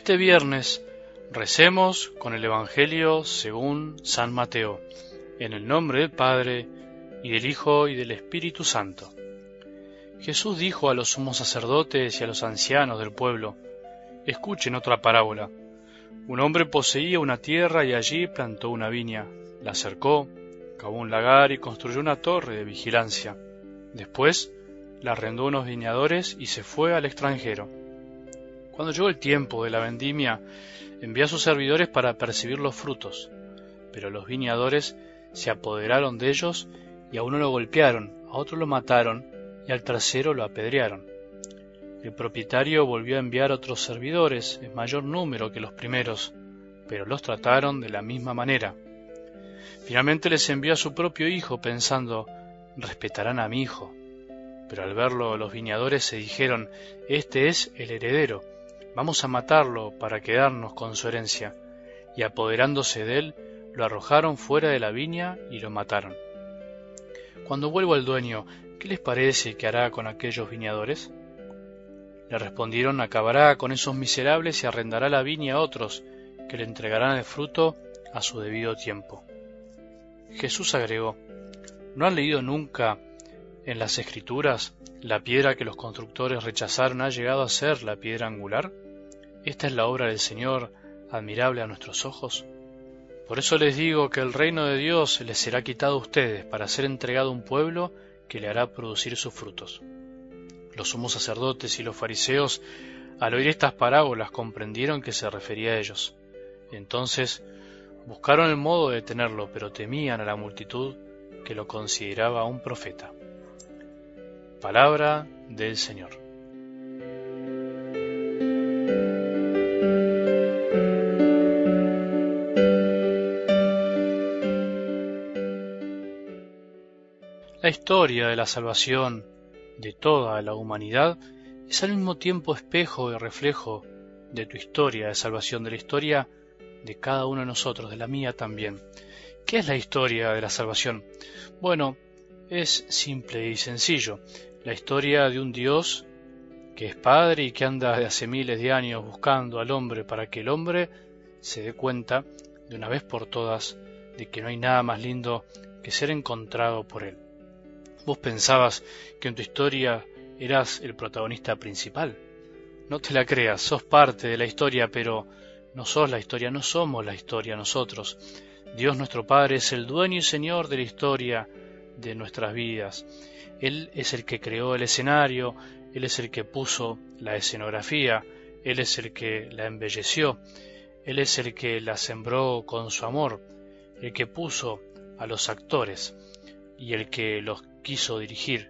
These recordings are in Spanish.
este viernes recemos con el Evangelio según San Mateo, en el nombre del Padre, y del Hijo, y del Espíritu Santo. Jesús dijo a los sumos sacerdotes y a los ancianos del pueblo: escuchen otra parábola. Un hombre poseía una tierra y allí plantó una viña, la cercó, cavó un lagar y construyó una torre de vigilancia. Después la arrendó a unos viñadores y se fue al extranjero. Cuando llegó el tiempo de la vendimia, envió a sus servidores para percibir los frutos, pero los viñadores se apoderaron de ellos y a uno lo golpearon, a otro lo mataron y al tercero lo apedrearon. El propietario volvió a enviar otros servidores en mayor número que los primeros, pero los trataron de la misma manera. Finalmente les envió a su propio hijo pensando: respetarán a mi hijo. Pero al verlo los viñadores se dijeron: este es el heredero, vamos a matarlo para quedarnos con su herencia. Y apoderándose de él, lo arrojaron fuera de la viña y lo mataron. Cuando vuelva el dueño, ¿qué les parece que hará con aquellos viñadores? Le respondieron: acabará con esos miserables y arrendará la viña a otros, que le entregarán el fruto a su debido tiempo. Jesús agregó: ¿no han leído nunca en las Escrituras: la piedra que los constructores rechazaron ha llegado a ser la piedra angular? Esta es la obra del Señor, admirable a nuestros ojos. Por eso les digo que el reino de Dios les será quitado a ustedes para ser entregado a un pueblo que le hará producir sus frutos. Los sumos sacerdotes y los fariseos, al oír estas parábolas, comprendieron que se refería a ellos. Entonces buscaron el modo de detenerlo, pero temían a la multitud, que lo consideraba un profeta. Palabra del Señor. La historia de la salvación de toda la humanidad es al mismo tiempo espejo y reflejo de tu historia de salvación, de la historia de cada uno de nosotros, de la mía también. ¿Qué es la historia de la salvación? Bueno, es simple y sencillo. La historia de un Dios que es Padre y que anda de hace miles de años buscando al hombre para que el hombre se dé cuenta de una vez por todas de que no hay nada más lindo que ser encontrado por él. Vos pensabas que en tu historia eras el protagonista principal. No te la creas, sos parte de la historia, pero no sos la historia, no somos la historia nosotros. Dios nuestro Padre es el dueño y Señor de la historia de nuestras vidas. Él es el que creó el escenario, Él es el que puso la escenografía, Él es el que la embelleció, Él es el que la sembró con su amor, el que puso a los actores y el que los quiso dirigir.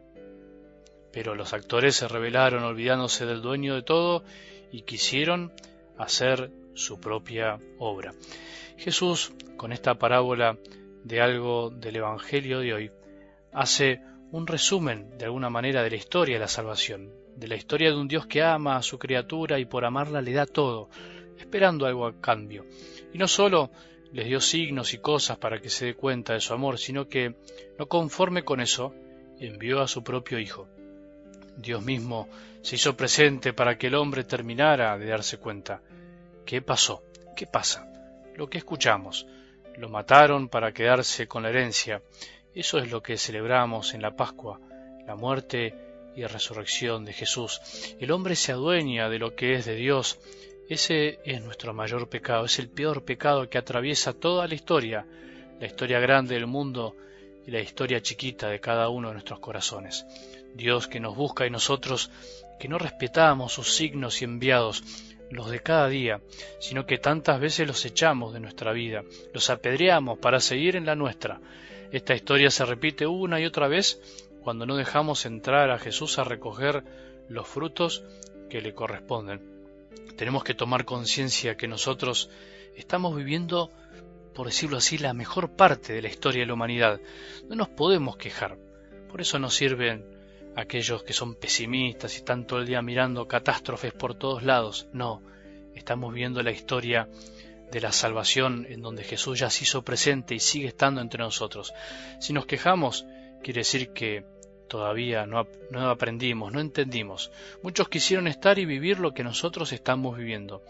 Pero los actores se rebelaron olvidándose del dueño de todo y quisieron hacer su propia obra. Jesús, con esta parábola de algo del Evangelio de hoy, hace un resumen de alguna manera de la historia de la salvación, de la historia de un Dios que ama a su criatura y por amarla le da todo, esperando algo a cambio. Y no solo les dio signos y cosas para que se dé cuenta de su amor, sino que, no conforme con eso, envió a su propio Hijo. Dios mismo se hizo presente para que el hombre terminara de darse cuenta. ¿Qué pasó? ¿Qué pasa? Lo que escuchamos. Lo mataron para quedarse con la herencia. Eso es lo que celebramos en la Pascua, la muerte y resurrección de Jesús. El hombre se adueña de lo que es de Dios. Ese es nuestro mayor pecado, es el peor pecado que atraviesa toda la historia grande del mundo y la historia chiquita de cada uno de nuestros corazones. Dios que nos busca y nosotros que no respetamos sus signos y enviados, los de cada día, sino que tantas veces los echamos de nuestra vida, los apedreamos para seguir en la nuestra. Esta historia se repite una y otra vez cuando no dejamos entrar a Jesús a recoger los frutos que le corresponden. Tenemos que tomar conciencia que nosotros estamos viviendo, por decirlo así, la mejor parte de la historia de la humanidad. No nos podemos quejar. Por eso nos sirven aquellos que son pesimistas y están todo el día mirando catástrofes por todos lados. No, estamos viendo la historia de la salvación en donde Jesús ya se hizo presente y sigue estando entre nosotros. Si nos quejamos, quiere decir que todavía no aprendimos, no entendimos. Muchos quisieron estar y vivir lo que nosotros estamos viviendo.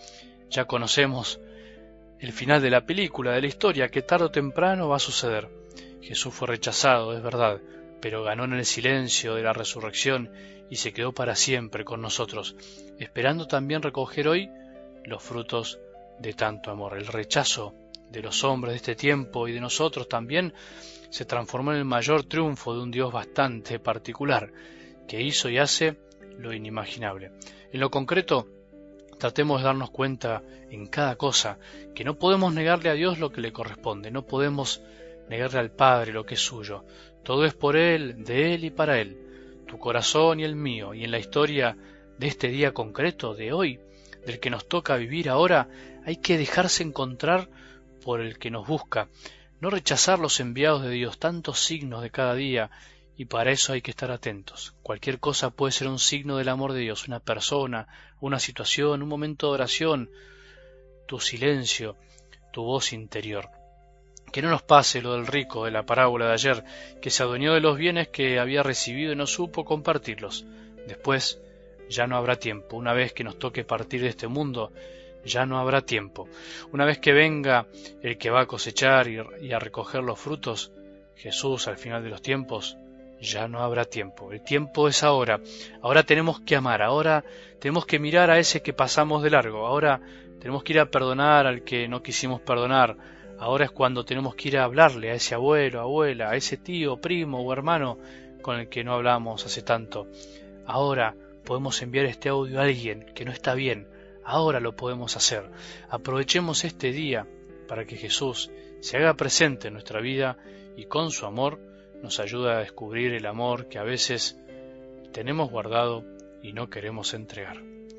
Ya conocemos el final de la película, de la historia, que tarde o temprano va a suceder. Jesús fue rechazado, es verdad, pero ganó en el silencio de la resurrección y se quedó para siempre con nosotros, esperando también recoger hoy los frutos de tanto amor. El rechazo de los hombres de este tiempo y de nosotros también se transformó en el mayor triunfo de un Dios bastante particular, que hizo y hace lo inimaginable. En lo concreto, tratemos de darnos cuenta en cada cosa que no podemos negarle a Dios lo que le corresponde, no podemos negarle al Padre lo que es suyo. Todo es por Él, de Él y para Él, tu corazón y el mío, y en la historia de este día concreto, de hoy, del que nos toca vivir ahora, hay que dejarse encontrar por el que nos busca, no rechazar los enviados de Dios, tantos signos de cada día, y para eso hay que estar atentos. Cualquier cosa puede ser un signo del amor de Dios, una persona, una situación, un momento de oración, tu silencio, tu voz interior. Que no nos pase lo del rico de la parábola de ayer, que se adueñó de los bienes que había recibido y no supo compartirlos. Después ya no habrá tiempo. Una vez que nos toque partir de este mundo, ya no habrá tiempo. Una vez que venga el que va a cosechar y a recoger los frutos, Jesús al final de los tiempos, ya no habrá tiempo. El tiempo es ahora. Ahora tenemos que amar. Ahora tenemos que mirar a ese que pasamos de largo. Ahora tenemos que ir a perdonar al que no quisimos perdonar. Ahora es cuando tenemos que ir a hablarle a ese abuelo, abuela, a ese tío, primo o hermano con el que no hablamos hace tanto. Ahora podemos enviar este audio a alguien que no está bien. Ahora lo podemos hacer. Aprovechemos este día para que Jesús se haga presente en nuestra vida y con su amor nos ayude a descubrir el amor que a veces tenemos guardado y no queremos entregar.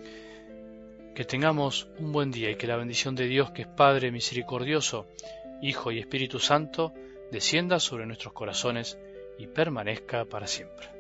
Que tengamos un buen día y que la bendición de Dios, que es Padre misericordioso, Hijo y Espíritu Santo, descienda sobre nuestros corazones y permanezca para siempre.